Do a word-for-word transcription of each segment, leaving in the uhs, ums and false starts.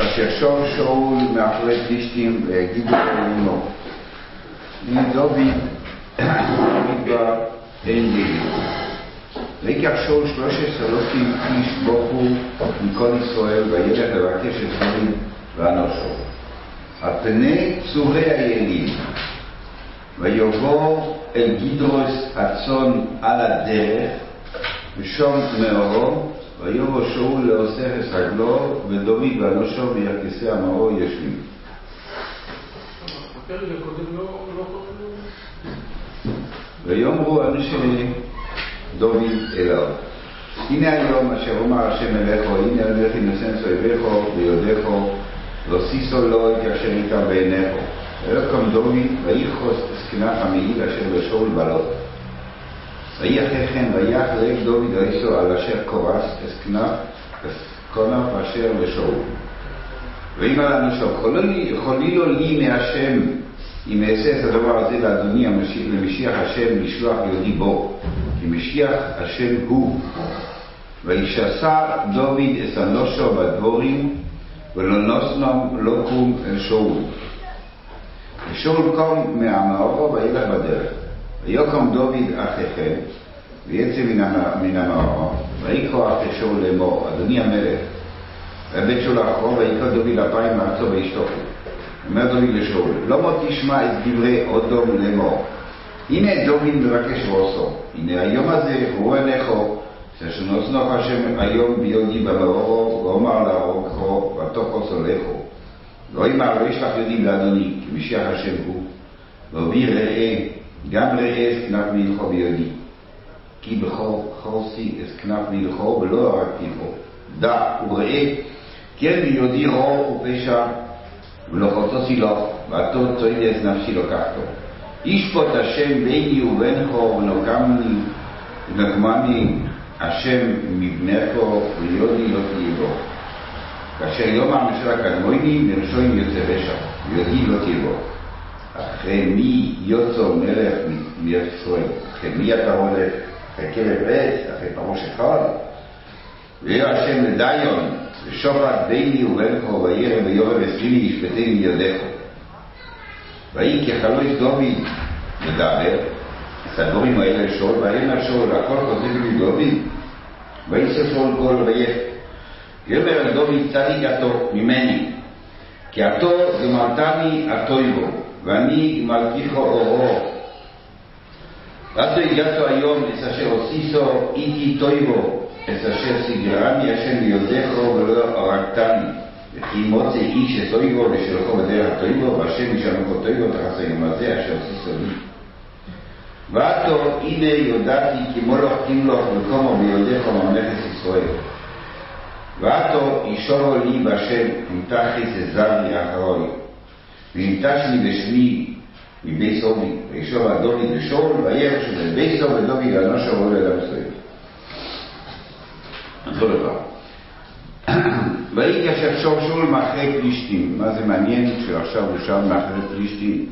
שיחשוב שאול מאחורי פלישתים ויגידו לאמור, הנה דוד מדבר אין דוד. ויקח שאול שלוש עשרה אלפים איש בוכו מכל ישראל וילך לבקש את דוד ואנושו על פני צורי הילים, ויבוא אל גדרוס הצאן על הדרך ושום מאורו, ויבוא שאול לאוסף רגלו ודוד ואנושו בירכסי המאור יושבים. הפרק הקודם לא קוראים לו? ויאמרו אנשי דוד אליו, הנה היום אשר אומר השם אליכו, הנה הולך אינוסנס אויביכו ויודכו ועשיסו לו את אשר איתה בעיניכו. ויקום דוד ויחוס את כנף המעיל אשר לשאול בלוט. ויהי אחרי כן ויחלק דוד איסו על אשר קורס את כנף אשר לשאול. ואמר לאנשו, יכולי לו לי מהשם אם אעשה את הדבר הזה לאדוני למשיח השם לשלוח יהודי בו, כי משיח השם הוא. וישסע דוד את אנושו בדבורים ולא נוסנו לא קום אל שאול. ושאול קום מהמאורו וילך בדרך. ויקום דוד אחריכם ויצא מן המאורו ויקרא אחרי שאול לאמור, אדוני המלך. והבית שאול אחרו ויקרא דוד אפיים מארצו וישתוקו. אומר דוד לשאול, לא מות תשמע את דברי אדום לאמור, הנה דוד מבקש ועושו, הנה היום הזה הוא עיניכו ששנוסנוך השם היום ביודי במאורו ואומר להורגו ותוקוס הולכו. לא אמר לא ישלח יודעים לאדוני כי משיח השם הוא, והביא ראה גם ראה את כנף מלכו ביודי, כי בכור חורסי את כנף מלכו ולא הרגתיכו. דע וראה כן ביודי רור ופשע ולא חוצוסי לו ואתו צועד את נפשי לקחתו. ישפוט השם ביני ובינך ונוקמני ונקמני השם מבנךו ויודי לא תהיה בו. כאשר יאמר המשל הקדמוני מרשוין יוצא רשע ויודי לא תהיה בו. אחרי מי יוצא מלך מישראל? אחרי מי אתה הולך? אחרי כלב עץ? אחרי פרוש אחד? וירא השם לדיון ושופט ביני ובינך וירא ויורא וסלילי ישפטני מיודך. ויהי כחלוש דוד מדבר את הדברים האלה לשאול, ויאמר שאול הכל כותב לי דוד. ויצא שאול קול ויך ויאמר אל דוד צדיק אתו ממני, כי אתו גמלתני הטויבו ואני גמלתיך אורו. ואתו הגעתו היום את אשר עשיסו איתי טויבו, את אשר סגרני השם ביודךו ולא הרגתני, וכי מוצא איש את טויבו ושלחו בדרך הטויבו והשם ישלחו טויבו תחת היום הזה אשר עשיסו לי. ואתו הנה יודעתי כי מולך תמלוך וקומו ביודךו ממלכת ישראל. ואתו ישורו לי בהשם המתחת עזרי אחרוי והמתשני בשמי מבית סובי. וישוב דוד לשאול וירא שזה בית סובי ודוד ואנושו ועולה אל עם ישראל. אותו דבר. ויהי כאשר שאול מאחורי פלישתים. מה זה מעניין שעכשיו הוא שם מאחורי פלישתים?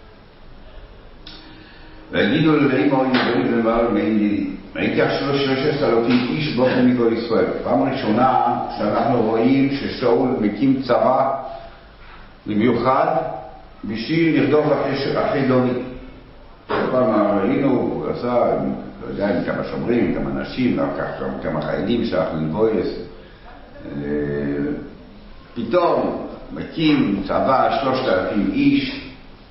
ויגידו לאמור ידעו למעל מעין דידי. ויקח שלוש עשרה אלפים איש בוכו מכל ישראל. פעם ראשונה שאנחנו רואים ששאול מקים צבא במיוחד בשביל לרדוף אחרי דוד. פעם ראינו, הוא עשה, לא יודע, עם כמה שומרים, עם כמה נשים, לקח כמה חיילים שלח לנבויס. פתאום מקים צבא שלושת אלפים איש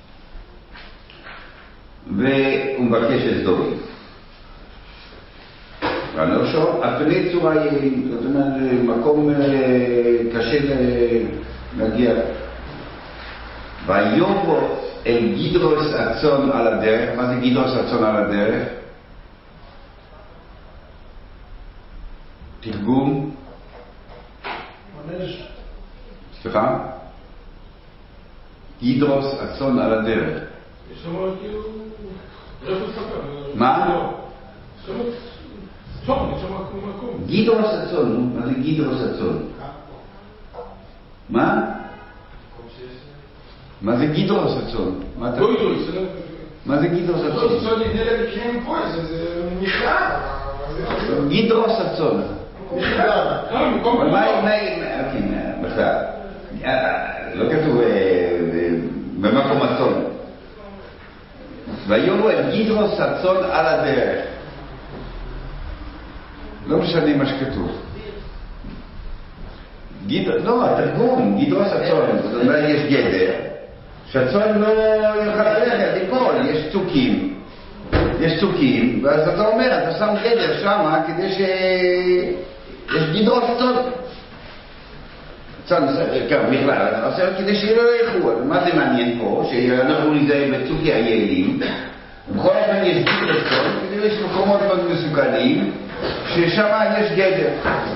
והוא מבקש את דוד. ואנושו על פני צורה יעילים, זאת אומרת, מקום קשה להגיע. ויבוא אל גדרוס הצאן על הדרך. מה זה גדרוס הצאן על הדרך? תרגום? סליחה? גדרוס הצאן על הדרך. מה? גדרוס הצאן, מה זה גדרוס הצאן? מה? מה זה גדרוס הצאן? מה זה גדרוס הצאן? גדרוס הצאן. מה בכלל? לא כתוב במקום הצאן. ויאמרו את גדרוס הצאן על הדרך. לא משנה מה שכתוב. לא, התרגום, גדרוס הצאן, זאת אומרת יש גדר, שהצאן לא יוכל ללכת, ייפול, יש צוקים. יש צוקים, ואז אתה אומר, אתה שם גדר שם כדי ש... יש גדרות צאן. צאן, כן, בכלל, אתה עושה כדי שלא ילכו. מה זה מעניין פה? שאנחנו נזהה בצוקי היעילים. בכל אופן יש גדרות צאן, כדי יש מקומות מאוד מסוכנים, ששם יש גדר.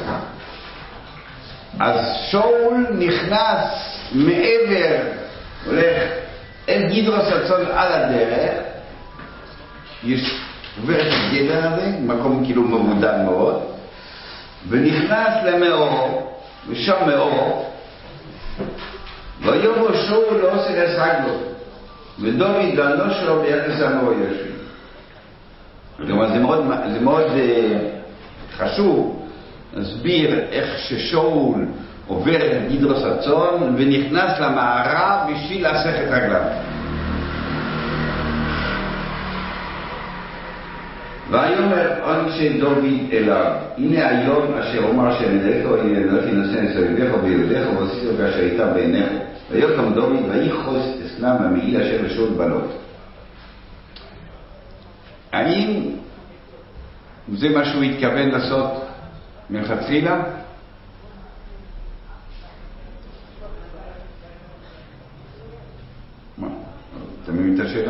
אז שאול נכנס מעבר, הולך אל גדרות הצאן על הדרך, יש עובר את הגדר הזה, מקום כאילו מבודד מאוד, ונכנס למאור, ושם מאור, ויאמר שאול לא עושה נס רגלו, ודוד דנו שלו ביחס המאור יושבים. כלומר, זה מאוד, זה מאוד uh, חשוב להסביר איך ששאול עובר את גדרוס הצאן ונכנס למערה בשביל להסך את רגליו. ויאמר אנשי דוד אליו, הנה היום אשר אומר שמלך, הנה לא תנסה לסביבך וביודך ועשיתו כאשר הייתה בעיניך. ויקום דוד ויחוס אסנם המעיל אשר לשאול בנות. האם זה מה שהוא התכוון לעשות מלכתחילה? מה? אתה מבין את השאלה?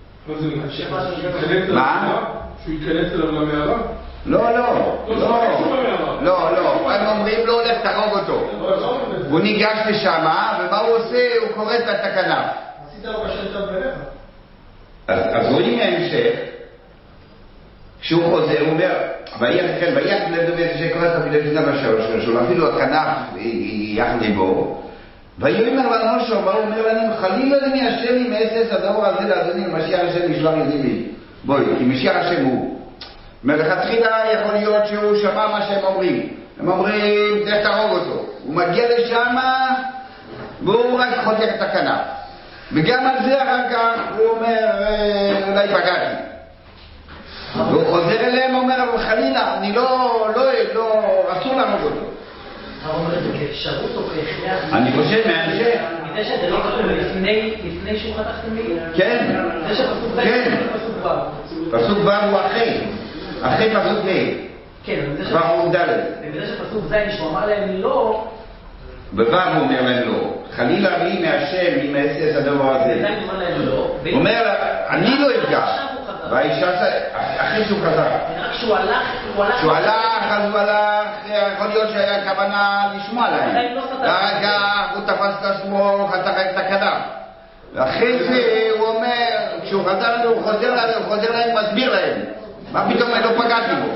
מה? שהוא ייכנס אליו למערה? לא, לא, לא, לא, לא, הם אומרים לא הולך תרוג אותו. הוא ניגש לשם, ומה הוא עושה? הוא קורא את התקנה. עשית לו כשהייתה בעיניך. אז רואים מהמשך, כשהוא חוזר, הוא אומר, ויח לדבר שקורא את הפילפסה בשלוש שלו, אפילו הכנף יחד לבו, ויאמר לנו שאומר, הוא אומר לנו, חלילה לי השם אם אעשה את הדבר הזה לאדוני, משיח השם ישלח ידי לי. בואי, כי משיח השם הוא. מלכתחילה יכול להיות שהוא שמע מה שהם אומרים. הם אומרים, תלך תרוג אותו. הוא מגיע לשם, והוא רק חותך את הכנף. וגם על זה אחר כך הוא אומר, אולי פגעתי. והוא חוזר אליהם ואומר, אבל חלילה, אני לא, לא, לא, אסור להרוג אותו. אתה אומר את זה כאפשרות או כהכרח? אני חושב מהמשך. מזה שזה לא כתוב לפני שהוא חתך תמיד? כן. זה שפסוק ב' כן. פסוק ו'. פסוק ו' הוא אחרי. אחרי פסוק ה'. כן, כבר הוא ד'. ובזה שפסוק ז' שהוא אמר להם לא... בו' הוא אומר להם לא. חלילה לי מהשם אם אעשה את הדבר הזה. בז' הוא אומר להם לא. הוא אומר, אני לא אפגע. והאישה, אחרי שהוא חזר. רק שהוא הלך, הוא הלך... כשהוא הלך, אז הוא הלך, יכול להיות שהיה כוונה לשמוע להם. ואחר כך הוא תפס את עצמו, חתך את הכנף. ואחרי זה הוא אומר, כשהוא חזר, הוא חוזר להם, הוא חוזר להם, מסביר להם. מה פתאום אני לא פגעתי בו?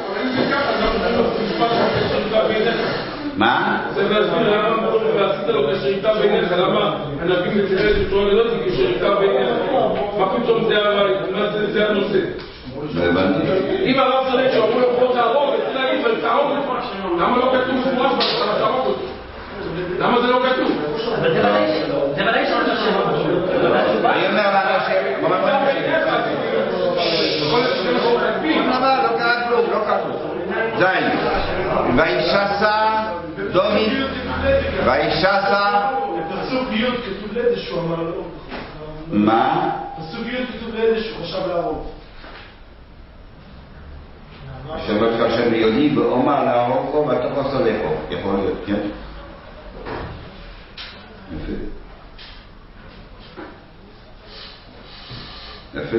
מה? זה להסביר למה אמרו ועשית לו כשריטה בעיניך, למה הנביא מציין בצורה כזאת כשריטה בעיניך? מה פתאום זה הנושא? אם הרב צודק שאומרו לו בוא תהרוג, צריך להגיד ולתהרוג אותו. למה לא כתוב מפורש ואתה תהרוג אותו? למה זה לא כתוב? זה ודאי שאתה שם. אני אומר לנו ש... לא קרה כלום, לא קרה כלום. זין. וישסה דוד, וישסה... פסוק י' כתוב לידי שהוא אמר להרוג. מה? פסוק י' כתוב לידי שהוא חשב להרוג. השם לך השם ביודי ואומר להרוג פה ואתה עושה לפה. יכול להיות, כן? יפה. יפה.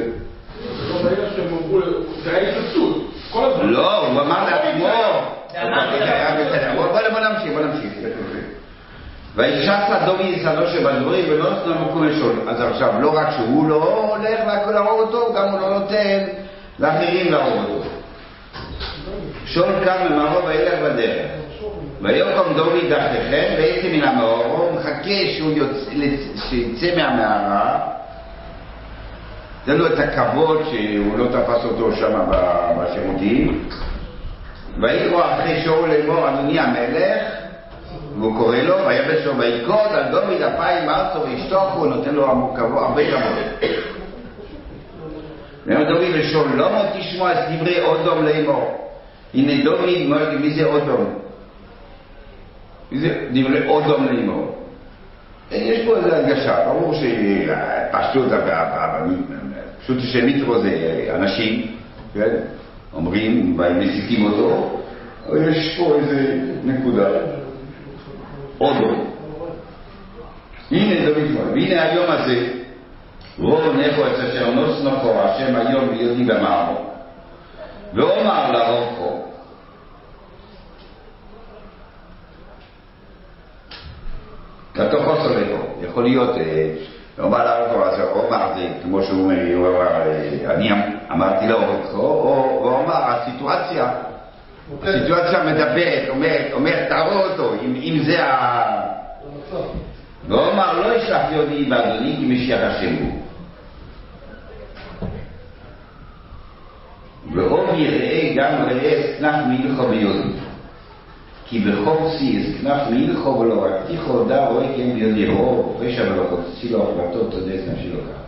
זה היה התלבטות. לא, הוא אמר לעצמו. בוא נמשיך, בוא נמשיך. וישסה דוד יסדו שבדברים ולא נתנו מקום לשאול. אז עכשיו, לא רק שהוא לא הולך להרוג אותו, גם הוא לא נותן לאחרים להרוג אותו. שאול קם ממאורו וילך בדרך. ויקום דוד תחתיכם ויצא מן המאור, הוא מחכה שיצא מהמערה. תן לו את הכבוד שהוא לא תפס אותו שם בשירותים. ויקרא אחרי שאול לאמור, אדוני המלך, והוא קורא לו, ויבש לו ויקוד על דוד אפיים ארצו ואשתו, הוא נותן לו הרבה כבוד. ואומר דוד לשאול, לא מות תשמוע את דברי אודום לאמור. הנה דוד, מי זה אודום? מי זה דברי אודום לאמור? יש פה איזו הדגשה, ברור שפשטות, פשוט שמיטרו זה אנשים, אומרים, והם מסיתים אותו, אבל יש פה איזה נקודה. אודום. הנה דוד מול, והנה היום הזה, רוב נכו את אשר נוס נכו, השם היום ביודי במערו, ואומר לרובכו, לתוכו סולחו, יכול להיות, אומר לרובכו, אז אומר זה, כמו שהוא אומר, אני אמרתי לרובכו, או אומר, הסיטואציה, הסיטואציה מדברת, אומרת, אומרת, תראו אותו, אם זה ה... ואומר, לא ישלח יהודי באדוני, כי משיח השם הוא. ועוד יראה גם ראה כנף מילכו ביהודי. כי בחוב סיס, כנף מילכו ולא רק תיכו דה רואי כן ביהודי רוב, רשע ולא חוצי לו החלטות, תודה את נפשי לו ככה.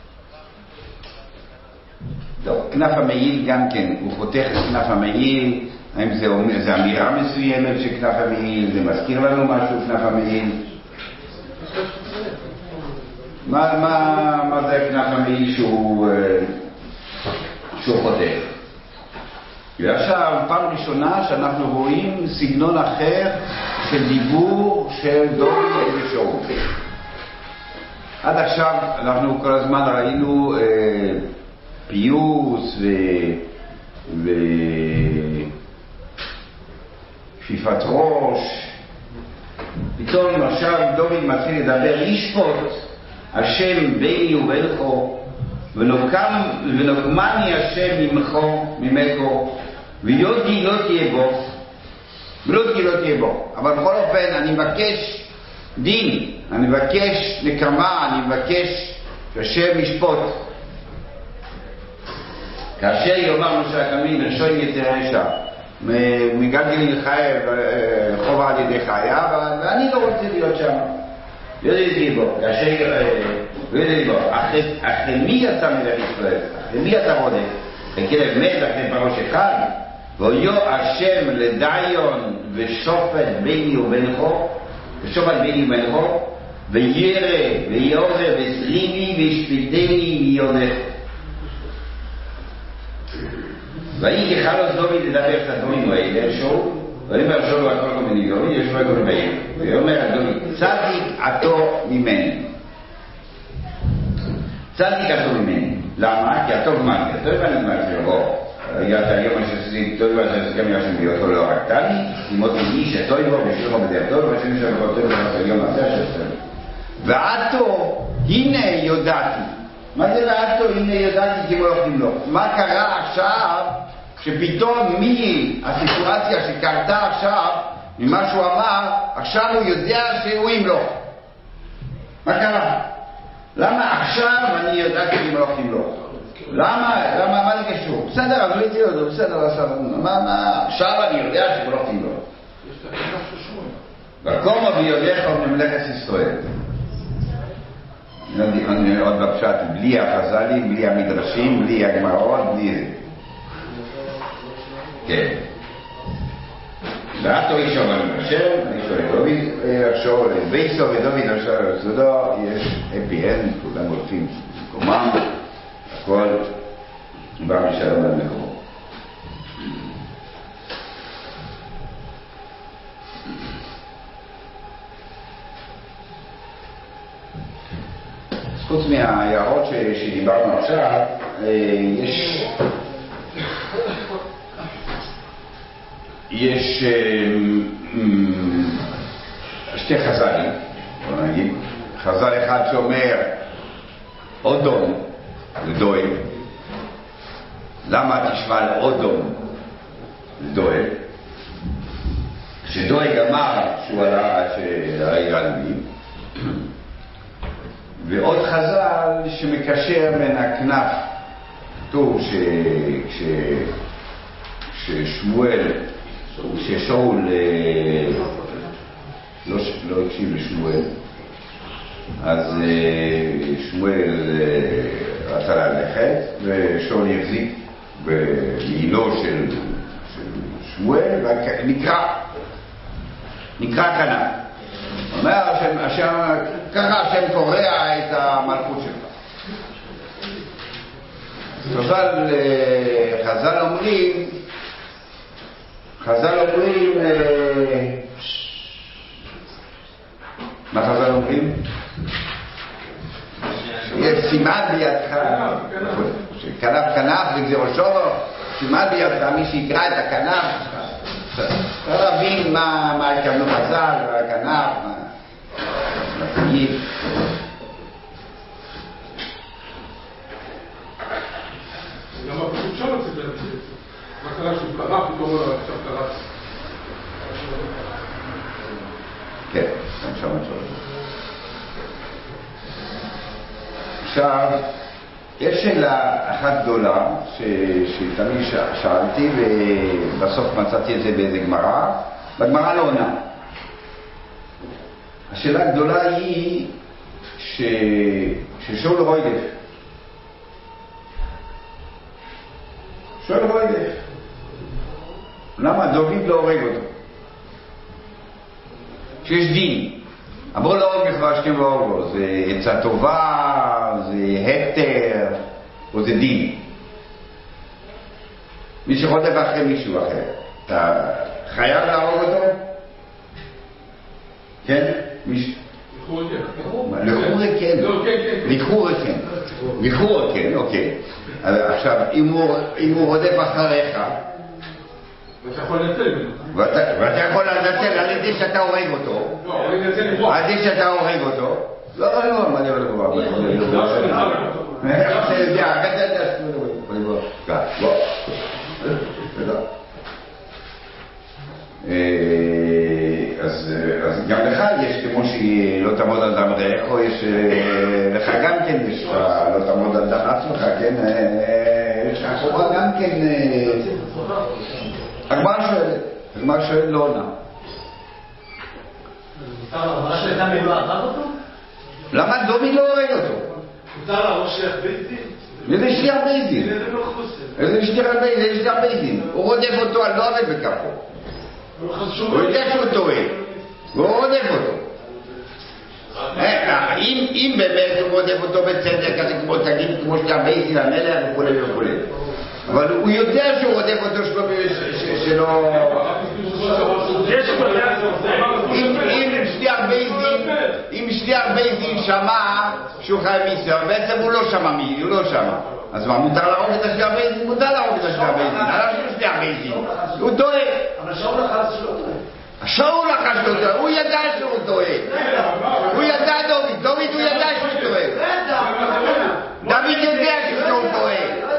טוב, כנף המעיל גם כן, הוא פותח את כנף המעיל, האם זה, זה אמירה מסוימת של כנף המעיל, זה מזכיר לנו משהו כנף המעיל? מה, מה, מה זה כנף המעיל שהוא, שהוא חותך? ועכשיו, פעם ראשונה שאנחנו רואים סגנון אחר של דיבור של דוד ושאול. עד עכשיו אנחנו כל הזמן ראינו אה, פיוס ו... ו... כפיפת ראש. פתאום עכשיו דוד מתחיל לדבר, ישפוט השם ביני ובינך ונוקם ונוקמני השם ממכו ממכו ויודי לא תהיה בו ולודי לא תהיה בו. אבל בכל אופן אני מבקש דין, אני מבקש נקמה, אני מבקש שהשם ישפוט. כאשר יאמר משה הקמין ראשון יתר רשע מגלגל חייב חובה על ידי חייו, ואני לא רוצה להיות שם. יודעתי בו, כאשר יודעתי בו, אחרי מי יצא מלך ישראל? אחרי מי אתה רודף? וכלב מת אחרי פרוש אחד, ויהיו השם לדיון ושופט ביני ובינך, ושופט ביני ובינך, וירא ויורא וסריני וישפטני ויודך. ויהי כחלוס דוד לדבר את הדברים האלה, שאול, ויאמר שאול על כל מיני דברים, יש לו כל בעיר. ויאמר דוד, צדיק עתו ממני. צדיק עתו ממני. למה? כי הטוב מה? כי הטוב אני אומר, בוא, הגעת היום שעשיתי טוב ועשיתי גם ישם ביותו לא הרגתני, תימות איש שטוב בו ושלחו בדרך טוב, והשם שם בו טוב ועשה יום הזה שעשתה. ועתו, הנה יודעתי. מה זה ועתו? הנה יודעתי כמו לא תמלוך. מה קרה עכשיו שפתאום מי הסיטואציה שקרתה עכשיו ממה שהוא אמר, עכשיו הוא יודע שהוא ימלוך? מה קרה? למה עכשיו אני ידעתי למלוך תמלוך? למה? למה? מה זה קשור? בסדר, אז לא הייתי יודע, בסדר, מה? עכשיו אני יודע שמלוך תמלוך. וקום אבי יודעך ממלכת ישראל. אני עוד בפשט, בלי החז"לים, בלי המדרשים, בלי הגמרות, בלי זה. כן. ועתו אישו בנו השם, אישו לדוד, אישו לבייסו ודוד אישו לסודו, יש אפי אין, כולם הולכים במקומם, הכל בא משלום על מקומו. חוץ מההערות שדיברנו עכשיו, יש יש שתי חז"לים, בוא נגיד, חז"ל אחד שאומר אודום לדואג. למה תשמע לאודום לדואג? כשדואג אמר שהוא עלה שהאיראנים, ועוד חז"ל שמקשר בין הכנף, כתוב כששמואל, כששאול לא, לא הקשיב לשמואל, אז שמואל רצה ללכת, ושאול החזיק במעילו של, של שמואל, ונקרא, נקרא כנף. הוא אומר, השם, השם, ככה השם קורע את המלכות שלך. חז"ל, חז"ל אומרים, חז"ל אומרים, מה חז"ל אומרים? יש סימן בידך, כנף כנף וגזירו שורו, סימן בידך, מי שיקרא את הכנף, אתה להבין מה התכוונו חז"ל, הכנף, מה תגיד. למה פשוט שם את זה? מה קרה שהוא קרא, פתאום לא עכשיו קרא? כן, גם שם את שואלת. עכשיו, יש שאלה אחת גדולה שתמיד שאלתי ובסוף מצאתי את זה באיזה גמרא, בגמרא לא עונה. השאלה הגדולה היא ששאול רוידף שואל רוידף למה דוד לא הורג אותו? שיש דין, אמרו לא הורג לך השכם והורגו, זה עצה טובה, זה היתר, או זה דין. מי שחוטף אחרי מישהו אחר, אתה חייב להרוג אותו? כן? לכאורה כן. לכאורה כן. לכאורה כן, אוקיי. עכשיו, אם הוא רודף אחריך, ואתה יכול לנצל. ואתה יכול לנצל על ידי שאתה הורג אותו. לא, אני אנצל לברוח. על ידי שאתה הורג אותו. לא, לא, מה אני יכול לברוח? איך אתה יודע? איך אתה יודע שאתה יכול לברוח? בוא. תודה. אז גם לך יש, כמו שלא תעמוד על דם רעך, או יש לך גם כן, יש לך לא תעמוד על דם עצמך, כן? יש לך חובה גם כן. הגמרא שואלת, הגמרא שואלת לא עונה. הגמרא שואלת למה הוא לא הרג אותו? למה דומי לא הורג אותו? מותר להרוג שליח בית דין? איזה שליח בית דין? איזה שליח בית דין? איזה שליח בית דין? הוא רודף אותו על לא עובד בכפו. הוא יודע שהוא טועה, והוא רודף אותו. אם באמת הוא רודף אותו בצדק, אז כמו תגיד, כמו שליח בית דין המלך וכו' וכו'. אבל הוא יודע שהוא רודף אותו שלא... אם שליח בית דין שמע שהוא חי מישראל, בעצם הוא לא שמע מי, הוא לא שמע. אז מה, מותר להרוג את השליח בית דין? מותר להרוג את השליח בית דין. עליו שהוא שליח בית דין. הוא טועה. אבל שאול לחץ שלא טועה. שאול לחץ שלא טועה. הוא ידע שהוא טועה. הוא ידע דוד. דוד הוא ידע שהוא טועה. דוד יודע שהוא טועה.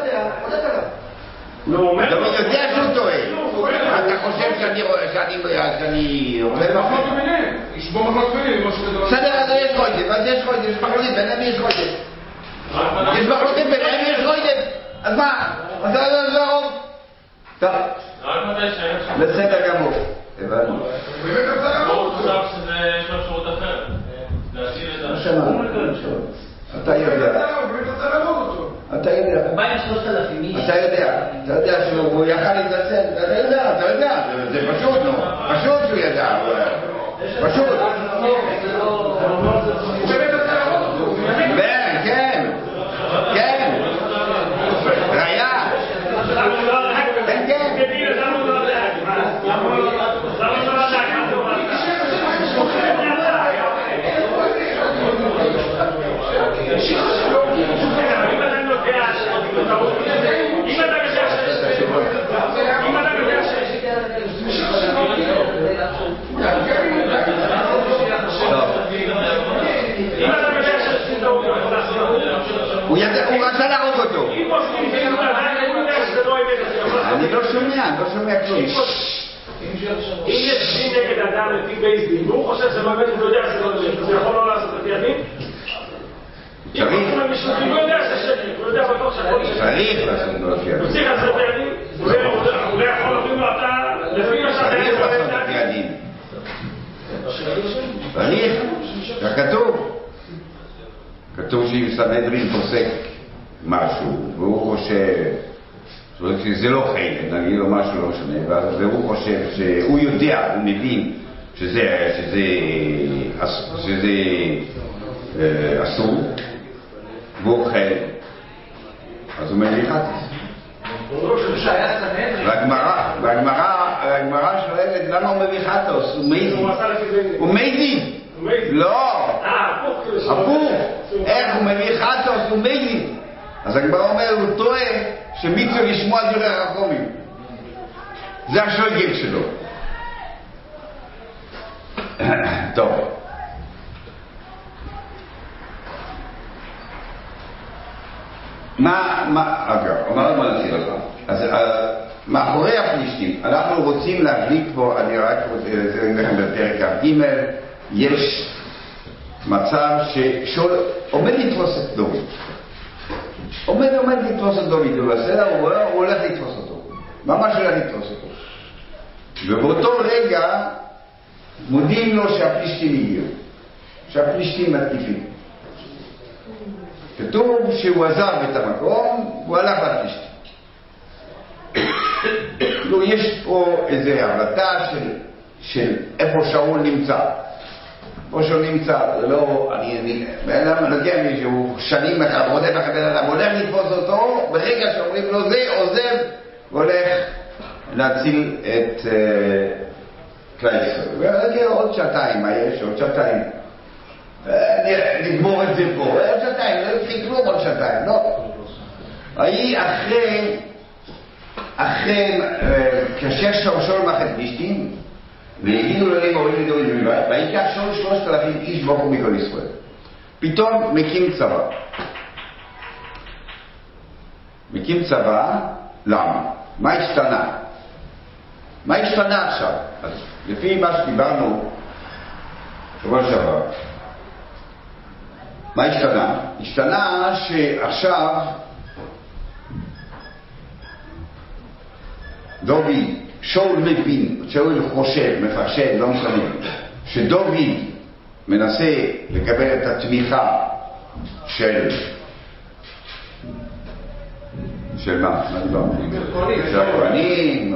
דוד יודע שהוא טועה. אתה חושב שאני רואה, שאני רואה מחלוק ביניהם, יש בו מחלוק ביניהם. בסדר, אז יש חוידף, אז יש חוידף, יש מחלוקת ביניהם, יש חוידף. יש מחלוקת ביניהם, יש חוידף. אז מה? אז זה הרוב. טוב. בסדר גמור. הבנו. הוא חושב שזה יש לו אפשרות אחרת. להשאיר את זה. אתה יודע. אתה יודע. מה עם שלושת אלפים איש? אתה יודע. אתה יודע שהוא יכל להתנצל. אתה יודע, אתה יודע. זה פשוט, נו. פשוט שהוא ידע. פשוט. כן, כן. כן. ראיה. כן, כן. הוא רצה להרוג אותו. אני לא שומע, אני לא שומע כלום. אם יש דין נגד אדם לפי בית דין, והוא חושב שבאמת הוא יודע שזה לא דין, זה יכול לא לעשות לפי הדין? אם הוא יודע ששקר, הוא יודע בטוח שהכל שקר. צריך לעשות לפי הדין. הוא צריך לעשות לפי הדין? הוא לא יכול להבין לו אתה לפי מה שאתה... צריך לעשות לפי הדין. כתוב שאם סנהדרין פוסק משהו, והוא חושב שזה לא חלק, נגיד לו משהו לא משנה, והוא חושב שהוא יודע, הוא מבין שזה, שזה, שזה אה, אסור, והוא חלק, אז הוא מביא חטא. והגמרא, והגמרא, והגמרא שואלת למה הוא מביא חטוס? הוא מייזין. הוא מייזין. לא. הפוך. איך הוא מביא חטוס? הוא מייזין. אז הגמרא אומר, הוא טועה שמצווה לשמוע דברי חכמים. זה השוגג שלו. טוב. מה, מה, אגב, אומר מה נציג לך. אז מאחורי הפלישתים, אנחנו רוצים להבליט פה, אני רק רוצה להגיד לכם בפרק ג' יש מצב ששול עומד לתפוס את דוד. עומד עומד לתפוס את דוד, הוא בסדר, הוא הולך לתפוס אותו. ממש הולך לתפוס אותו. ובאותו רגע מודיעים לו שהפלישתים הגיעו. שהפלישתים מתקיפים. כתוב שהוא עזב את המקום, הוא הלך לפלישתים. לא, יש פה איזו הבטה של, של איפה שאול נמצא. איפה שאול נמצא, זה לא, אני, אני, למה נגיע לי שהוא שנים אחד, רודף אחרי בן אדם, הולך לתפוס אותו, ברגע שאומרים לו זה, עוזב, והולך להציל את כלל ישראל. ונגיע עוד שעתיים, מה יש? עוד שעתיים. נגמור את זה פה, עוד שעתיים, לא יפחיק כלום עוד שעתיים, לא. היא אחרי, אחרי, כאשר שאול מאחד פלישתים, ויגידו להם הורים לדורים בלבד, ויקח שאול שלושת אלפים איש בוקו מכל ישראל. פתאום מקים צבא. מקים צבא, למה? מה השתנה? מה השתנה עכשיו? אז לפי מה שדיברנו שבוע שעבר, מה השתנה? השתנה שעכשיו דוד, שאול מבין, שאול חושב, מפרשן, לא משנה, שדוד מנסה לקבל את התמיכה של של מה? מה דיברנו? של הכהנים,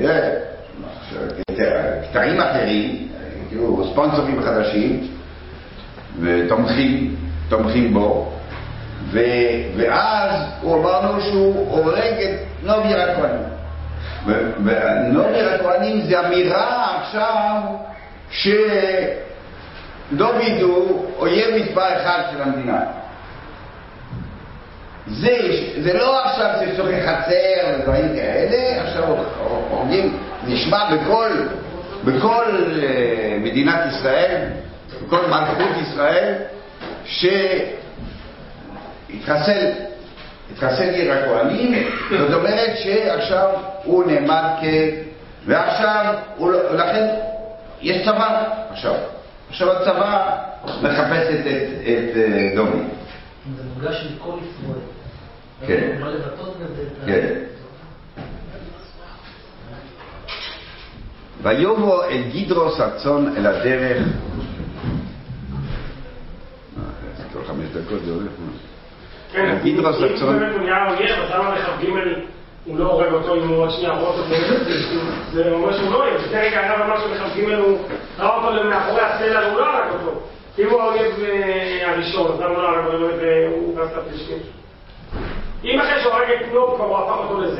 של קטעים אחרים, כאילו ספונסורים חדשים, ותומכים, תומכים בו, ו, ואז הוא אמרנו שהוא הורג את נובי הכהנים. ונובי הכהנים זה אמירה עכשיו שדוד הוא אויב מספר אחד של המדינה. זה, זה לא עכשיו סכסוכי חצר ודברים כאלה, עכשיו הורגים, נשמע בכל, בכל uh, מדינת ישראל, בכל מלכות ישראל, שהתחסל, התחסל עיר הכהנים, זאת אומרת שעכשיו הוא נעמד כ... ועכשיו, הוא, לכן, יש צבא עכשיו. עכשיו הצבא מחפש את, את, את uh, דוד. זה מוגש מכל ישראל. כן. הוא בא לבטות בזה. כן. ויובו אל גידרוס הצאן אל הדרך. כל חמש דקות זה הולך. כן, גידרוס הצאן. אם באמת הוא נהיה אויב, אז למה מחבקים הוא לא הורג אותו אם הוא עוד שנייה רואה אותו, זה אומר שהוא לא אויב. זה כרגע היה ממש שמחבקים הוא ראה אותו מאחורי הסלע והוא לא הרג אותו. אם הוא האויב הראשון, אז למה הוא לא הרג אותו והוא גס את הפלישתים? אם אחרי שהוא הרג את נוב, כבר הוא הפך אותו לזה.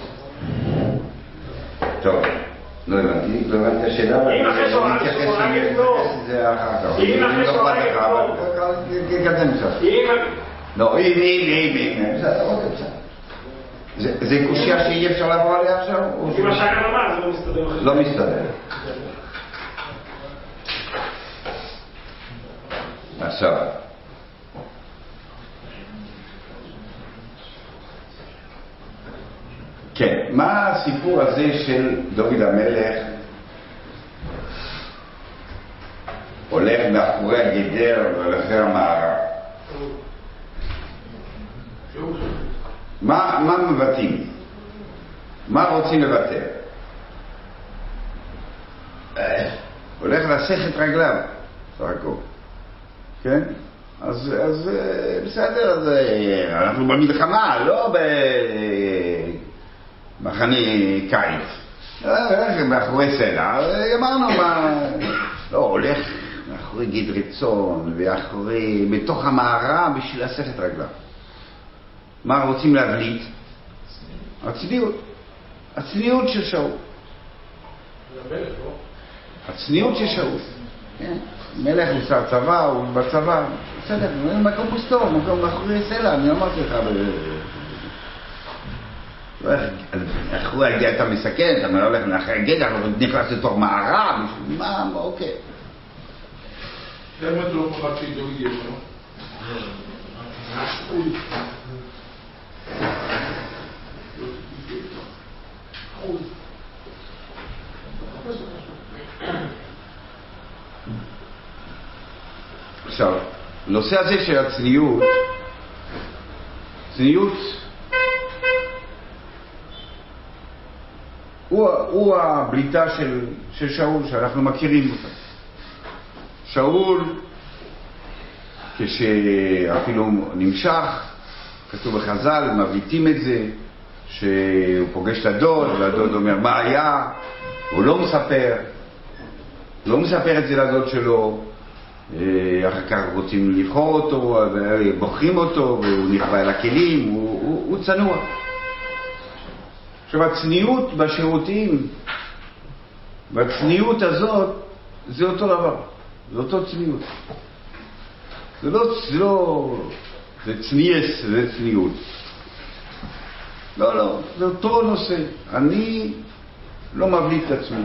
טוב, לא הבנתי, לא הבנתי השאלה, אבל אם אחרי שהוא הרג את נוב, אם אחרי שהוא הרג את נוב, קדם קצת. לא, אם, אם, אם, אם, בסדר, עוד קצת. זה קושיה שאי אפשר לעבור עליה עכשיו? אם השאלה אמר, זה לא מסתדר. לא מסתדר. עכשיו. כן, מה הסיפור הזה של דוד המלך הולך מאחורי הגדר והולכי המערב? מה, מה מבטאים? מה רוצים לבטא? הולך לסך את רגליו, סך הכל. כן? אז, אז בסדר, אז אנחנו במלחמה, לא במחנה קיץ. מאחורי סלע, אמרנו מה... לא, הולך מאחורי גדרי צאן ואחורי... בתוך המערה בשביל לאסף את רגליו. מה רוצים להבליט? הצניעות. הצניעות של שאול. הצניעות של שאול. מלך נוסע צבא, הוא בצבא. בסדר, מקום מוסתור, מקום מאחורי סלע, אני אמרתי לך... איך הוא הגיע, אתה מסכן, אתה לא הולך לאחרי גדע, הוא נכנס לתוך מערה, מה, אוקיי. למה אתה לא פחד שידוד יש לו? עכשיו, הנושא הזה של הצניעות, צניעות, הוא, הוא הבליטה של, של שאול שאנחנו מכירים אותה. שאול, כשאפילו נמשך, כתוב בחז"ל, מבליטים את זה, שהוא פוגש את הדוד, והדוד אומר מה היה, הוא לא מספר, לא מספר את זה לדוד שלו, אחר כך רוצים לבחור אותו, בוחרים אותו, והוא נכבה אל הכלים, הוא, הוא, הוא צנוע. עכשיו, הצניעות בשירותים, והצניעות הזאת, זה אותו דבר. זה אותו צניעות. זה לא, זה לא, זה צניאס, זה צניעות. לא, לא, זה אותו נושא. אני לא מבליט את עצמי.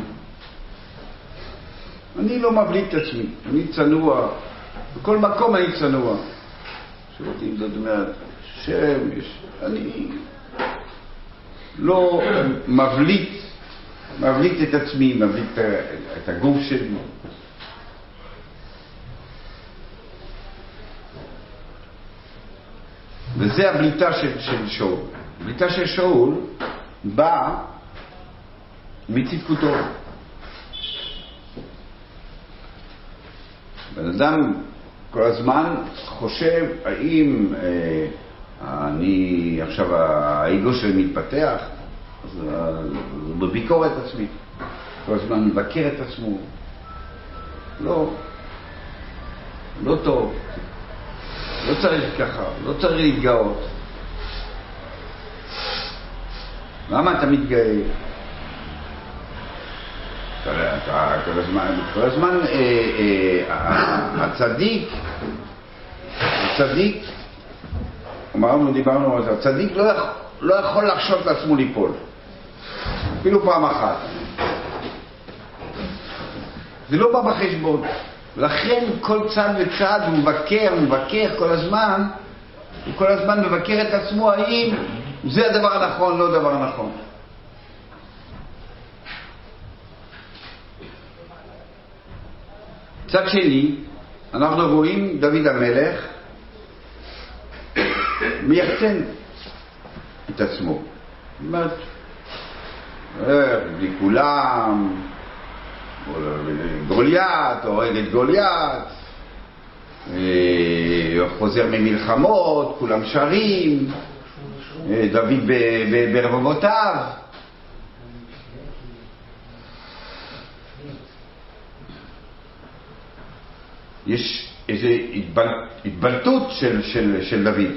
אני לא מבליט את עצמי. אני צנוע. בכל מקום אני צנוע. שירותים, זאת אומרת, שם, יש, אני... לא מבליט, מבליט את עצמי, מבליט את הגוף שלי. וזה הבליטה של, של שאול. הבליטה של שאול באה מצדקותו. בן אדם כל הזמן חושב האם אה, אני עכשיו האגו שלי מתפתח, אז בביקורת עצמית כל הזמן מבקר את עצמו. לא, לא טוב, לא צריך ככה, לא צריך להתגאות. למה אתה מתגאה? אתה כל הזמן, כל הזמן אה, אה, הצדיק, הצדיק אמרנו, דיברנו על זה, הצדיק לא, לא יכול לחשוב לעצמו ליפול, אפילו פעם אחת. זה לא בא בחשבון. לכן כל צד וצד הוא מבקר, הוא מבקר כל הזמן, הוא כל הזמן מבקר את עצמו, האם זה הדבר הנכון, לא דבר הנכון. צד שני, אנחנו רואים דוד המלך, מייחצן את עצמו. זאת אומרת, לכולם, גוליית, הורג את גוליית, חוזר ממלחמות, כולם שרים, דוד ברבבותיו. יש איזו התבלטות של, של, של דוד.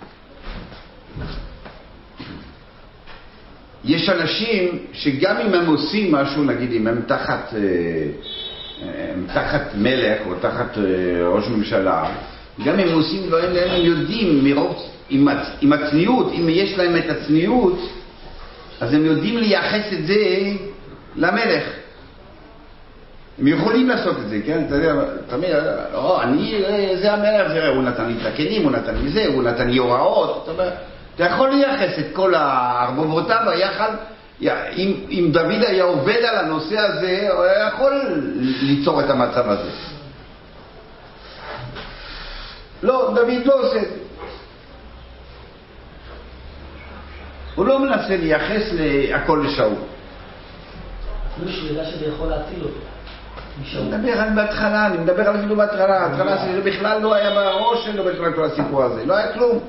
יש אנשים שגם אם הם עושים משהו, נגיד אם הם תחת, הם תחת מלך או תחת ראש ממשלה, גם אם הם עושים דברים, הם יודעים מרוב, עם, עם הצניעות, אם יש להם את הצניעות, אז הם יודעים לייחס את זה למלך. הם יכולים לעשות את זה, כן? אתה יודע, תמיד, או, אני, זה המלך, זה, הוא נתן לי את הכלים, הוא נתן לי זה, הוא נתן לי הוראות, אתה אומר, אתה יכול לייחס את כל הערבובותיו היחד, אם, אם דוד היה עובד על הנושא הזה, הוא היה יכול ליצור את המצב הזה. לא, דוד לא עושה את זה. הוא לא מנסה לייחס הכל לשאול. אפילו שידע שזה יכול להציל אותו. אני מדבר על בהתחלה, אני מדבר על אפילו בהתחלה, ההתחלה זה בכלל לא היה בראש שלו בכלל כל הסיפור הזה, לא היה כלום.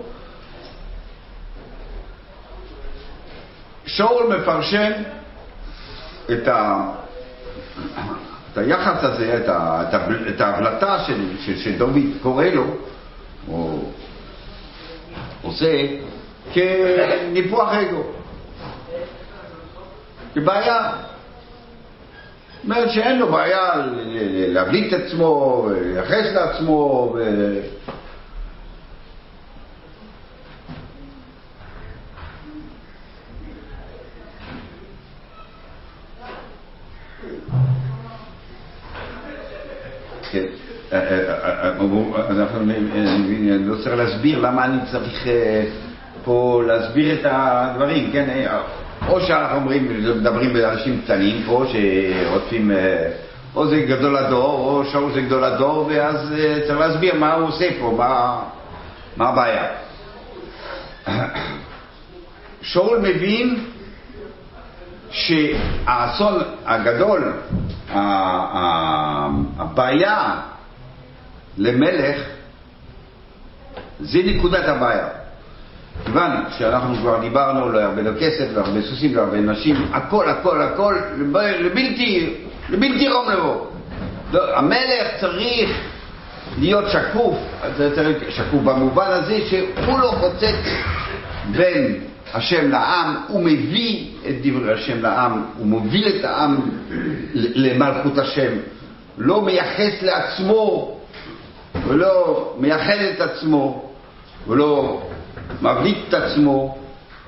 שאול מפרשן את, ה... את היחס הזה, את, ה... את, ה... את ההבלטה של... ש... שדוד קורא לו, או עושה, כניפוח אגו, כבעיה. זאת אומרת שאין לו בעיה להבליט את עצמו, לייחס לעצמו, ו... כן, אני לא צריך להסביר למה אני צריך פה להסביר את הדברים, כן? או שאנחנו אומרים, מדברים באנשים קטנים פה שרודפים, או זה גדול הדור, או שאול זה גדול הדור, ואז צריך להסביר מה הוא עושה פה, מה, מה הבעיה. שאול מבין שהאסון הגדול, הבעיה למלך, זה נקודת הבעיה. כיוון שאנחנו כבר דיברנו להרבה כסף, להרבה סוסים, להרבה נשים, הכל, הכל, הכל, לבלתי, לבלתי רום לבוא. המלך צריך להיות שקוף, צריך שקוף במובן הזה שהוא לא חוצץ בין השם לעם, הוא מביא את דברי השם לעם, הוא מוביל את העם למלכות השם, לא מייחס לעצמו, ולא מייחד את עצמו, ולא מבליט את עצמו.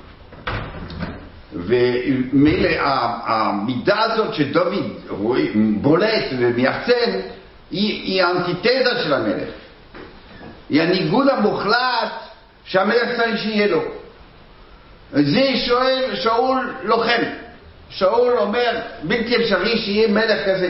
ומילא המידה הזאת שדוד בולט ומייחצן, היא, היא האנטיתזה של המלך, היא הניגוד המוחלט שהמלך צריך שיהיה לו. זה שואל, שאול לוחם. שאול אומר, בלתי אפשרי שיהיה מלך כזה.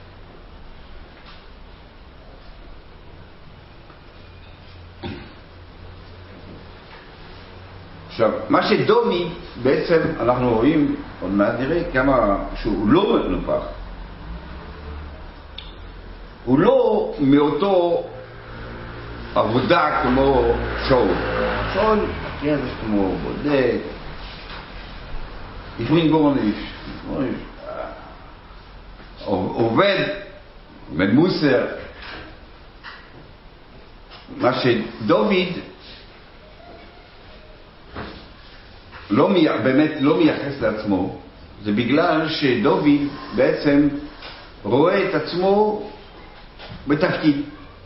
עכשיו, מה שדומי, בעצם אנחנו רואים, עוד מעט נראה כמה שהוא לא מנופח. הוא לא מאותו עבודה כמו שאול. שאול, כן, זה כמו בודד, לפעמים גורניש, עובד, עובד מוסר. מה שדוד לא, באמת לא מייחס לעצמו, זה בגלל שדוד בעצם רואה את עצמו בתפקיד.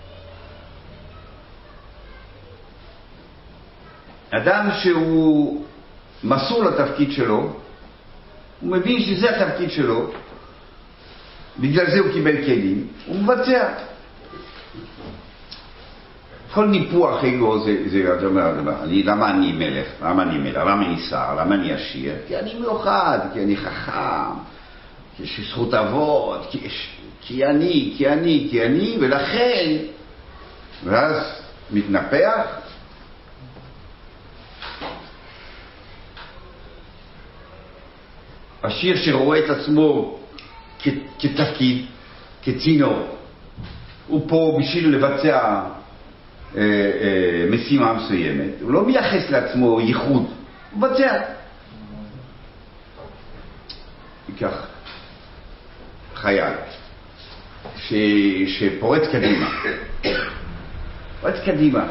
אדם שהוא מסור לתפקיד שלו, הוא מבין שזה התפקיד שלו, בגלל זה הוא קיבל כלים, הוא מבצע. כל ניפוח אגו זה, זה, זה אומר, אני, למה אני מלך? למה אני מלך? למה אני שר? למה אני עשיר? כי אני מיוחד, כי אני חכם, כי יש לי זכות אבות, כי, כי אני, כי אני, כי אני, ולכן, ואז מתנפח, עשיר שרואה את עצמו כ, כתפקיד, כצינור, הוא פה בשביל לבצע אה, אה, משימה מסוימת, הוא לא מייחס לעצמו ייחוד, הוא מבצע. ייקח חייל ש, שפורץ קדימה, פורץ קדימה,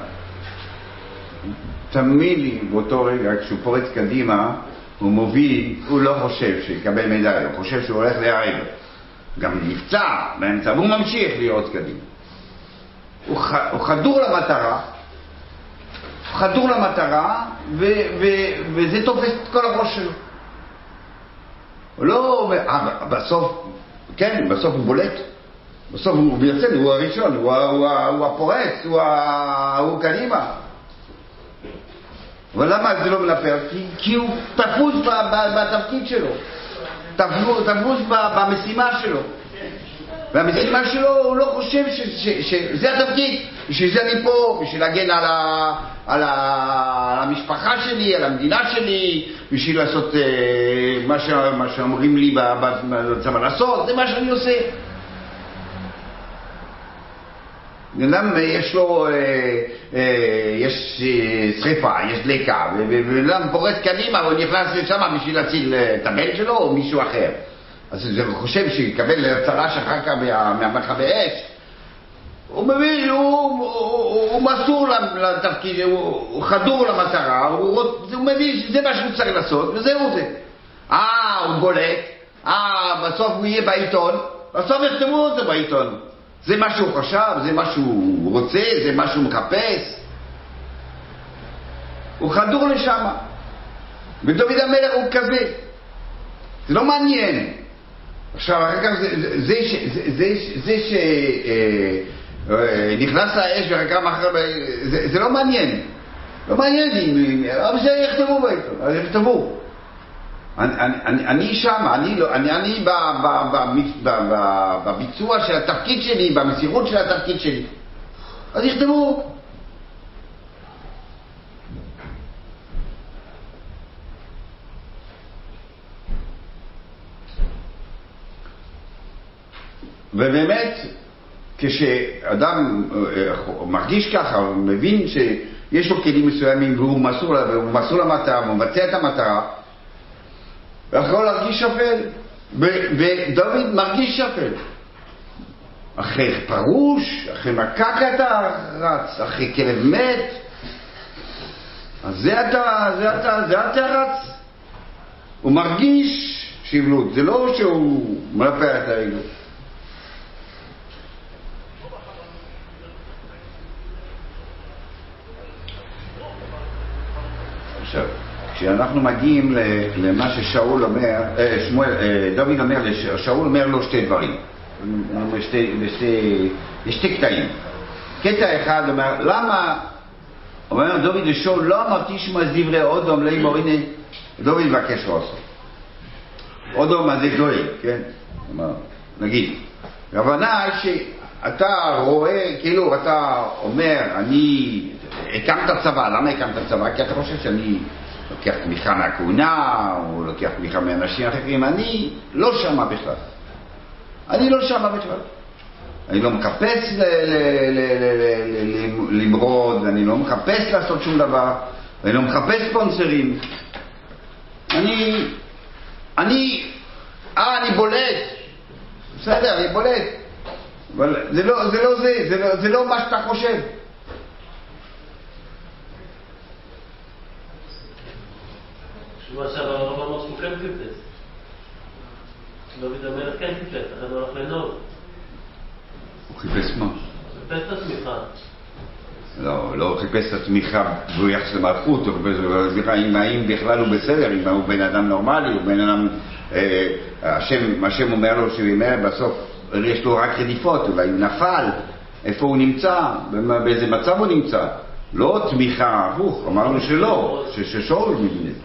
תמיד לי באותו רגע כשהוא פורץ קדימה, הוא מוביל, הוא לא חושב שיקבל מדליה, הוא חושב שהוא הולך להיהרג, גם נפצע באמצע, והוא ממשיך לראות קדימה. הוא, ח, הוא חדור למטרה, הוא חדור למטרה, ו, ו, וזה תופס את כל הראש שלו. הוא לא, אה, בסוף, כן, בסוף הוא בולט, בסוף הוא ביצן, הוא הראשון, הוא, הוא, הוא הפורץ, הוא, הוא קדימה. אבל למה זה לא מנפר? כי, כי הוא תפוס ב, ב, בתפקיד שלו, תפוס, תפוס ב, במשימה שלו. והמשימה שלו, הוא לא חושב ש, ש, ש, שזה התפקיד, בשביל זה אני פה, בשביל להגן על, ה, על, ה, על המשפחה שלי, על המדינה שלי, בשביל לעשות אה, מה, ש, מה שאומרים לי בצבא לעשות, זה מה שאני עושה. בן אדם יש לו, אה, אה, יש אה, שריפה, יש דלקה, ובן אדם פורץ קדימה, הוא נכנס לשם בשביל להציל את הבן שלו או מישהו אחר. אז הוא חושב שיקבל צל"ש אחר כך מהמכבי אש, הוא מבין, הוא, הוא, הוא, הוא מסור לתפקיד, הוא, הוא חדור למטרה, הוא, הוא מבין שזה מה שהוא צריך לעשות, וזהו זה. אה, הוא בולט, אה, בסוף הוא יהיה בעיתון, בסוף יכתבו את זה בעיתון. זה מה שהוא חשב, זה מה שהוא רוצה, זה מה שהוא מחפש. הוא חדור לשם. ודוד המלך הוא כזה. זה לא מעניין. עכשיו, אחר כך זה, זה, זה, זה, זה שנכנס לאש ואחר כך מאחר, זה, זה לא מעניין. לא מעניין לי, אבל זה יכתבו בעיתון, אז יכתבו. אני, אני, אני שם, אני, לא, אני, אני ב, ב, ב, ב, ב, בביצוע של התפקיד שלי, במסירות של התפקיד שלי. אז יכתבו. ובאמת, כשאדם מרגיש ככה, הוא מבין שיש לו כלים מסוימים והוא מסור, והוא מסור למטרה, והוא מבצע את המטרה, הוא יכול להרגיש שפל. ודוד מרגיש שפל. אחרי פרוש, אחרי מקקה אתה רץ, אחרי כלב מת. אז זה אתה, זה אתה, זה אתה רץ. הוא מרגיש שבלות, זה לא שהוא מלפר את הרגל. עכשיו, כשאנחנו מגיעים למה ששאול אומר, שמואל, דוד אומר, שאול אומר לו שתי דברים, לשתי, לשתי, לשתי קטעים. קטע אחד אומר, למה, אומר דוד לשאול, לא אמרתי שמע דברי אודום לאמור, הנה, דוד מבקש לעשות. אודום הזה גוי, כן? אומר, נגיד. הכוונה שאתה רואה, כאילו אתה אומר, אני הקמת צבא, למה הקמת צבא? כי אתה חושב שאני לוקח תמיכה מהכהונה, או לוקח תמיכה מאנשים אחרים, אני לא שמה בכלל. אני לא שמה בכלל. אני לא מחפש למרוד, אני לא מחפש לעשות שום דבר, אני לא מחפש ספונסרים. אני, אני, אה, אני בולט. בסדר, אני בולט. אבל זה לא זה, לא זה, זה, לא, זה לא מה שאתה חושב. שבוע שעבר הרב אמר שהוא כן חיפש. דוד המלך כן חיפש, אחרי הוא הולך לנוב. הוא חיפש מה? הוא חיפש את התמיכה. לא, לא חיפש את התמיכה ביחס למלכות, הוא חיפש את התמיכה האם בכלל הוא בסדר, אם הוא בן אדם נורמלי, הוא בן אדם, השם, השם אומר לו שבסוף יש לו רק רדיפות, אולי הוא נפל, איפה הוא נמצא, באיזה מצב הוא נמצא. לא תמיכה הפוך, אמרנו שלא, ששאול מבין את זה.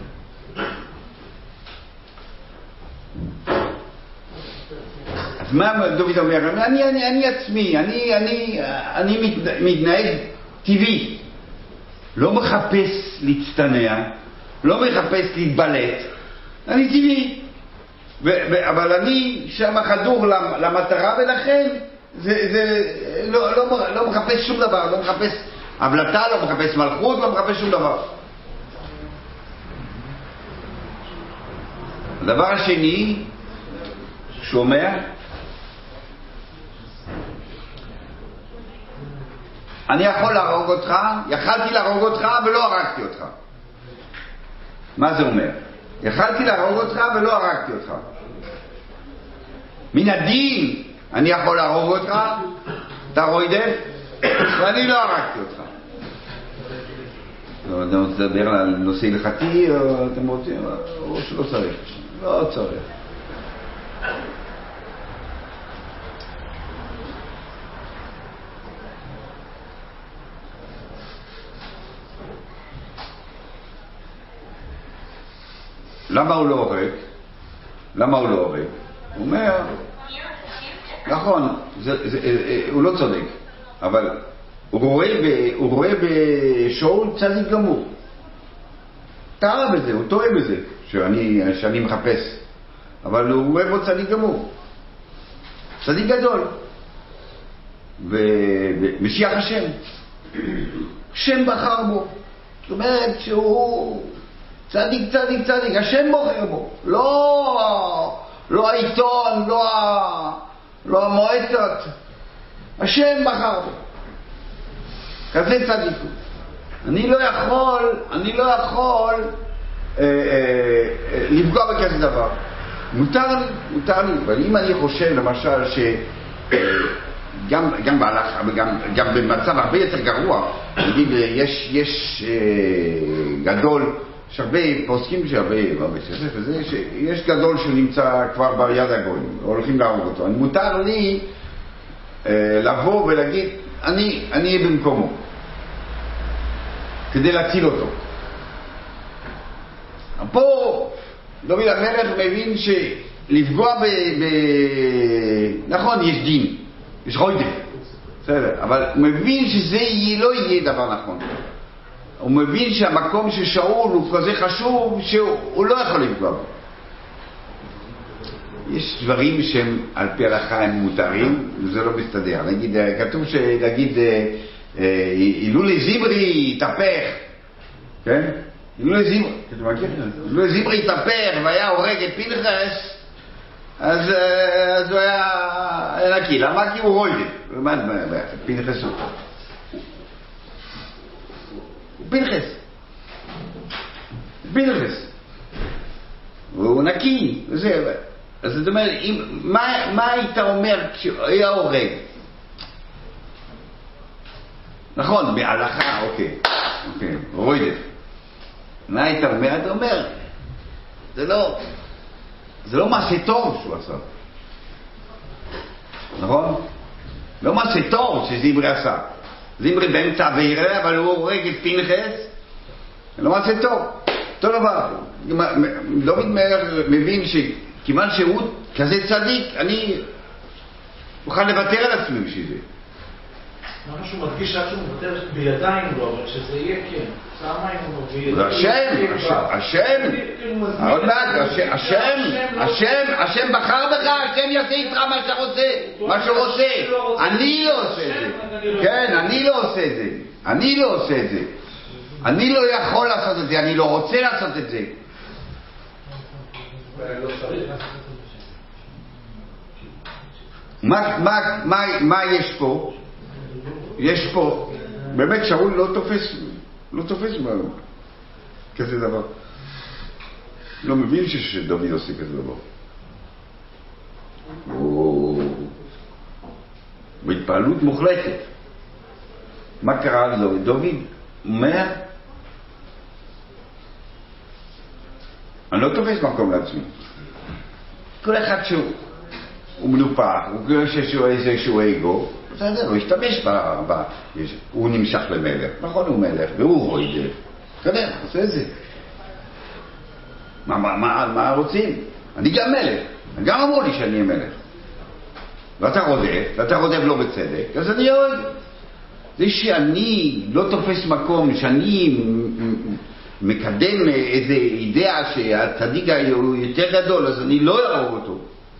אז מה דוד אומר? אני, אני, אני עצמי, אני, אני, אני מתנהג טבעי. לא מחפש להצטנע, לא מחפש להתבלט. אני טבעי. ו, ו, אבל אני שם חדור למטרה, ולכן זה, זה, לא, לא, לא מחפש שום דבר, לא מחפש הבלטה, לא מחפש מלכות, לא מחפש שום דבר. הדבר השני שהוא אומר, אני יכול להרוג אותך, יכלתי להרוג אותך ולא הרגתי אותך. מה זה אומר? יכלתי להרוג אותך ולא הרגתי אותך. מן הדין אני יכול להרוג אותך, אתה רואה דה? ואני לא הרגתי אותך. אתם רוצים לדבר על נושא הלכתי, או אתם רוצים, או שלא צריך? לא צריך. למה הוא לא הורג? למה הוא לא הורג? הוא אומר, נכון, זה, זה, הוא לא צודק, אבל הוא רואה, ב, הוא רואה בשאול צדיק גמור. טעה בזה, הוא טועה בזה, שאני, שאני מחפש. אבל הוא רואה בו צדיק גמור. צדיק גדול. ומשיח השם. השם בחר בו. זאת אומרת שהוא צדיק, צדיק, צדיק, השם בוחר בו. לא, לא העיתון, לא, לא המועצת. השם בחר בו. כזה צדיק הוא. אני לא יכול, אני לא יכול אה, אה, אה, לפגוע בכזה דבר. מותר לי, מותר לי. אבל אם אני חושב למשל ש... גם, גם בהלכה, גם, גם במצב הרבה יותר גרוע, נגיד, יש, יש אה, גדול, יש הרבה פוסקים שהרבה, הרבה שסף וזה, שיש גדול שנמצא כבר ביד הגויים, הולכים להרוג אותו. מותר לי אה, לבוא ולהגיד, אני, אני אהיה במקומו, כדי להציל אותו. פה דוד המלך מבין שלפגוע ב... ב... נכון, יש דין, יש רוידף, בסדר, אבל הוא מבין שזה לא יהיה דבר נכון. הוא מבין שהמקום של שאול הוא כזה חשוב שהוא לא יכול לפגוע בו. יש דברים שהם על פי הלכה הם מותרים, וזה לא מסתדר. נגיד, כתוב שנגיד, אילולא זמרי התהפך, כן? אילולא זמרי, אתה מכיר? אילולא זמרי התהפך והיה הורג את פנחס, אז, אז הוא היה נקי. למה? כי הוא רוידף. מה, פנחס הוא? הוא פנחס. פנחס. הוא נקי. וזה, אז זאת אומרת, אם, מה, מה היית אומר כשהיה הורג? נכון, בהלכה, אוקיי. אוקיי, רוידף. מה היית אומר? אתה אומר, זה לא... זה לא מעשה טוב שהוא עשה. נכון? לא מעשה טוב שזמרי עשה. זמרי באמצע עבירה, אבל הוא הורג את פנחס. זה לא מעשה טוב. אותו דבר. דוד מבין שכיוון שהוא כזה צדיק, אני אוכל לוותר על עצמי בשביל זה. למה שהוא מדגיש שעד שהוא מוותר בידיים לו, אבל שזה יהיה כן. פעמיים הוא מביא... זה השם, השם, עוד מעט, השם, השם, השם בחר בך, השם יעשה איתך מה שרוצה, מה שהוא רוצה. אני לא עושה את זה. כן, אני לא עושה את זה. אני לא עושה את זה. אני לא יכול לעשות את זה, אני לא רוצה לעשות את זה. מה יש פה? יש פה, באמת שאול לא תופס, לא תופס מה, כזה דבר. לא מבין שדוד עושה כזה דבר. הוא בהתפעלות מוחלטת. מה קרה לדוד? דוד אומר, אני לא תופס מקום לעצמי. כל אחד שהוא הוא מנופח, הוא חושב שהוא איזשהו אגו, בסדר, הוא השתמש ב... ב... הוא נמשך למלך, נכון הוא מלך, והוא רוידף, בסדר, עושה את זה. מה, מה, מה, מה רוצים? אני גם מלך, גם אמרו לי שאני אהיה מלך. ואתה רודף, ואתה רודף לא בצדק, אז אני יורד. זה שאני לא תופס מקום, שאני מקדם איזו אידאה שהצדיק הוא יותר גדול, אז אני לא אהרוג אותו.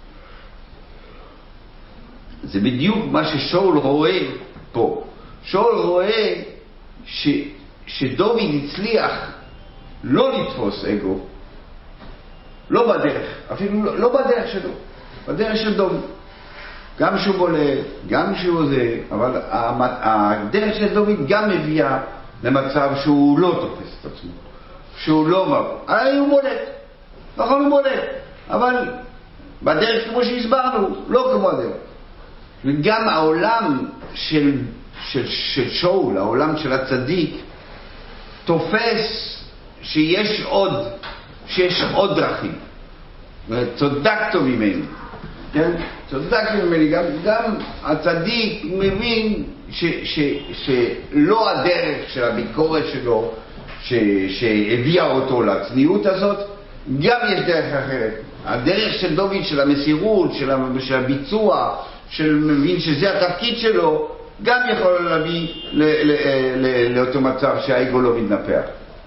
זה בדיוק מה ששאול רואה פה. שאול רואה ש, שדוד הצליח לא לתפוס אגו, לא בדרך, אפילו לא, לא בדרך שלו, בדרך של דוד. גם שהוא בולט, גם שהוא זה, אבל הדרך של דוד גם מביאה למצב שהוא לא תופס את עצמו, שהוא לא מבוא. הרי הוא בולט, נכון הוא בולט, אבל בדרך כמו שהסברנו, לא כמו הדרך. וגם העולם של, של, של שאול, העולם של הצדיק, תופס שיש עוד, שיש עוד דרכים. צודקתו ממנו. כן? צודקתו ממנו. גם, גם הצדיק מבין ש, ש, שלא הדרך של הביקורת שלו, ש, שהביאה אותו לצניעות הזאת, גם יש דרך אחרת. הדרך של דוד, של המסירות, של, של הביצוע, של מבין שזה התפקיד שלו, גם יכול להביא ל, ל, ל, לאותו מצב שהאגו לא מתנפח.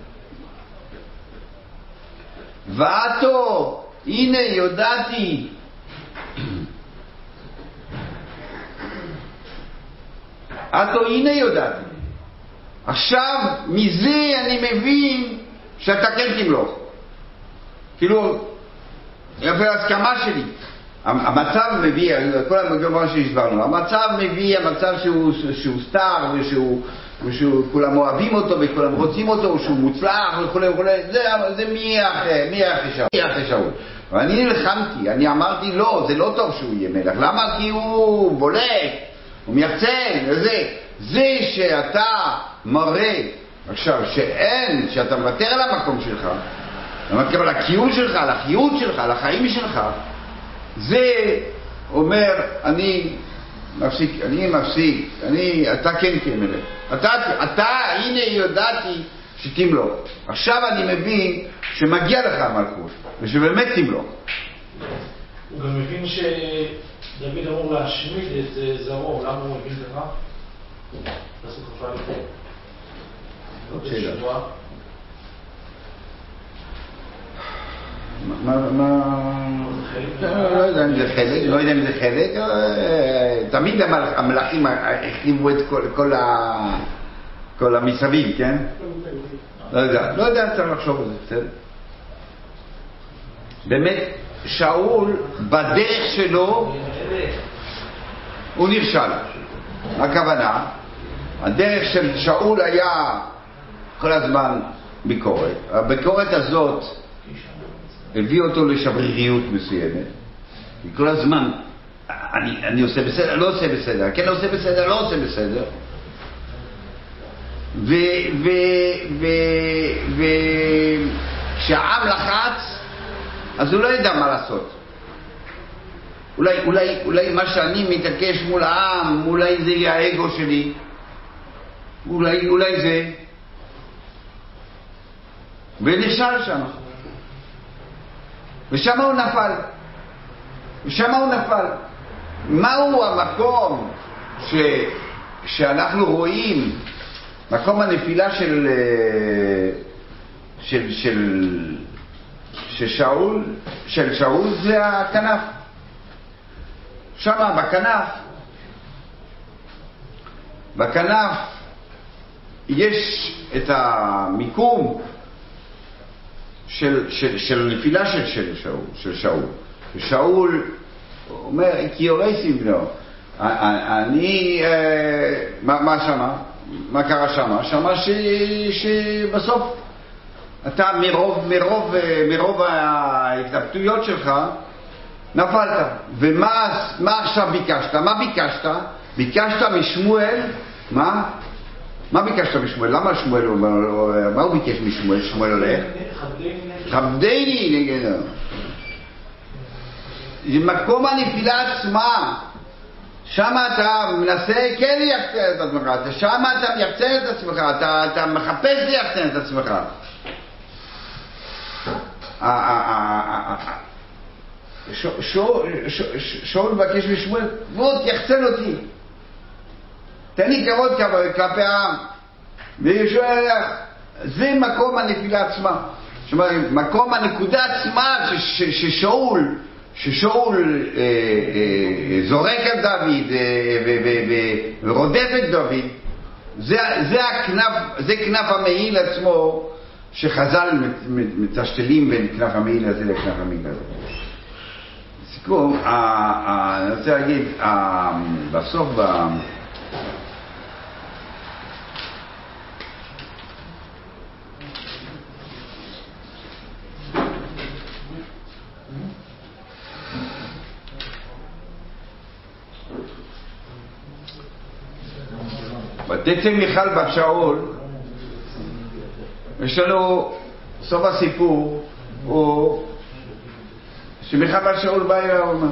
ועתו, הנה יודעתי. עתו הנה יודעתי. עכשיו, מזה אני מבין שאתה כן תמלוך. כאילו, יפה הסכמה שלי. המצב מביא, כל המגמר שהסברנו, המצב מביא, המצב שהוא, שהוא סתר ושהוא, ושכולם אוהבים אותו וכולם רוצים אותו ושהוא מוצלח וכו' וכו', זה, זה מי אחרי, מי אחרי שאול, מי אחרי שאול. ואני נלחמתי, אני אמרתי לא, זה לא טוב שהוא יהיה מלך. למה? כי הוא בולט, הוא מייחצן, וזה. זה שאתה מראה עכשיו שאין, שאתה מוותר על המקום שלך, על הקיום שלך, על החיות שלך, על החיים שלך, זה אומר, אני מפסיק, אני מפסיק, אני, אתה כן כמלך. אתה, אתה, הנה ידעתי שתמלוך. עכשיו אני מבין שמגיע לך המלכות, ושבאמת תמלוך. הוא גם מבין שדוד אמור להשמיד את זרעו, למה הוא מבין לך? לעשות כפה לפה. עוד שאלה. מה? מה... לא יודע אם זה חלק, לא יודע אם זה חלק, תמיד המלאכים החליבו את כל המסביב, כן? לא יודע, לא יודע, צריך לחשוב על זה, בסדר? באמת, שאול בדרך שלו הוא נכשל. הכוונה, הדרך של שאול היה כל הזמן ביקורת. הביקורת הזאת הביא אותו לשבריריות מסוימת. כל הזמן, אני, אני עושה בסדר, לא עושה בסדר, כן עושה בסדר, לא עושה בסדר. ו... ו... ו... ו... כשהעם לחץ, אז הוא לא ידע מה לעשות. אולי, אולי, אולי מה שאני מתעקש מול העם, אולי זה יהיה האגו שלי. אולי, אולי זה. ונשאר שם. ושם הוא נפל. ושם הוא נפל. מהו המקום ש... שאנחנו רואים, מקום הנפילה של של של של שאול, של שאול זה הכנף. שם בכנף, בכנף יש את המיקום של, של, של נפילה של, של שאול, של שאול. שאול אומר, כי יורסים בנו. אני, מה, מה שמה? מה קרה שמה? שמה ש, שבסוף אתה מרוב, מרוב, מרוב ההתלבטויות שלך נפלת. ומה מה עכשיו ביקשת? מה ביקשת? ביקשת משמואל, מה? מה ביקשת משמואל? למה שמואל, מה הוא ביקש משמואל? שמואל הולך? חבדני נגדו. זה מקום הנפילה עצמה. שם אתה מנסה כן ליחצן את עצמך, שם אתה מייחצן את עצמך, אתה, אתה מחפש ליחצן את עצמך. שאול מבקש משמואל, בוא תייחצן אותי, תן לי כבוד כלפי העם. ושואל לך, זה מקום הנפילה עצמה, מקום הנקודה עצמה ששאול ששאול אה, אה, זורק על דוד ורודף את דוד. זה, זה, הכנף, זה כנף המעיל עצמו שחז"ל מצשתלים בין כנף המעיל הזה לכנף המעיל הזה. סיכום, אני רוצה להגיד, בסוף ב... בתצא מיכל בת שאול, יש לנו, סוף הסיפור הוא שמיכל בת שאול באה אליו ואומר,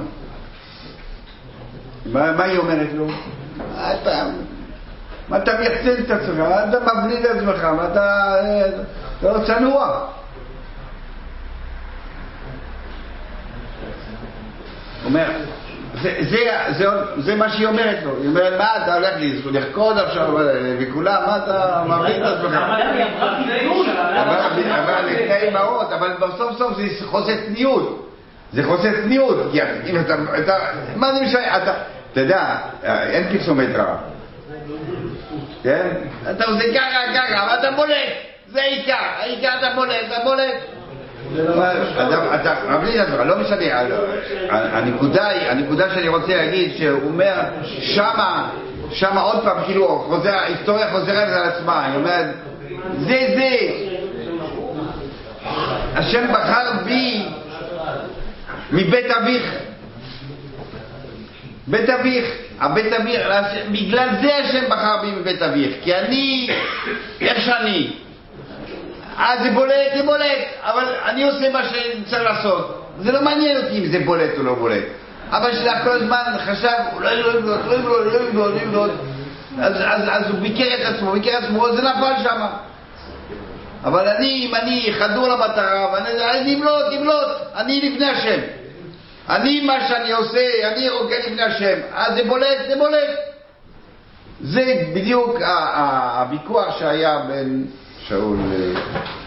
מה, מה היא אומרת לו? אתה, מה אתה מייחצן את עצמך? אתה מבליד את עצמך, מה אתה, אתה לא צנוע. אומר, זה, זה, זה, זה מה שהיא אומרת לו. היא אומרת, מה אתה הולך לי, לרקוד עכשיו וכולם, מה אתה מבליד את עצמך? אבל לפני אמהות, אבל בסוף סוף זה חוסר צניעות. זה חוסר צניעות. אם אתה, מה זה משנה? אתה יודע, אין פרסומת רעה. כן? אתה עושה ככה, ככה, אבל אתה בולט, זה העיקר, העיקר אתה בולט, אתה בולט. אתה מבליט את זה, לא משנה, הנקודה היא, הנקודה שאני רוצה להגיד, שהוא אומר, שמה, שמה עוד פעם, כאילו, ההיסטוריה חוזרת על עצמה, היא אומרת, זה זה, השם בחר בי מבית אביך, בית אביך, הבית אביך, בגלל זה השם בחר בי מבית אביך, כי אני, איך שאני, אז זה בולט, זה בולט, אבל אני עושה מה שצריך לעשות, זה לא מעניין אותי אם זה בולט או לא בולט. אבא שלה כל הזמן חשב, אולי לא יבלוט, לא יבלוט, לא יבלוט, לא יבלוט, אז, אז, אז הוא ביקר את עצמו, ביקר את עצמו, זה נפל שם. אבל אני, אם אני חדור למטרה, ואני נבלוט, נבלוט, אני לפני השם. אני, מה שאני עושה, אני רוקד לפני השם. אז זה בולט, זה בולט. זה בדיוק הוויכוח שהיה בין שאול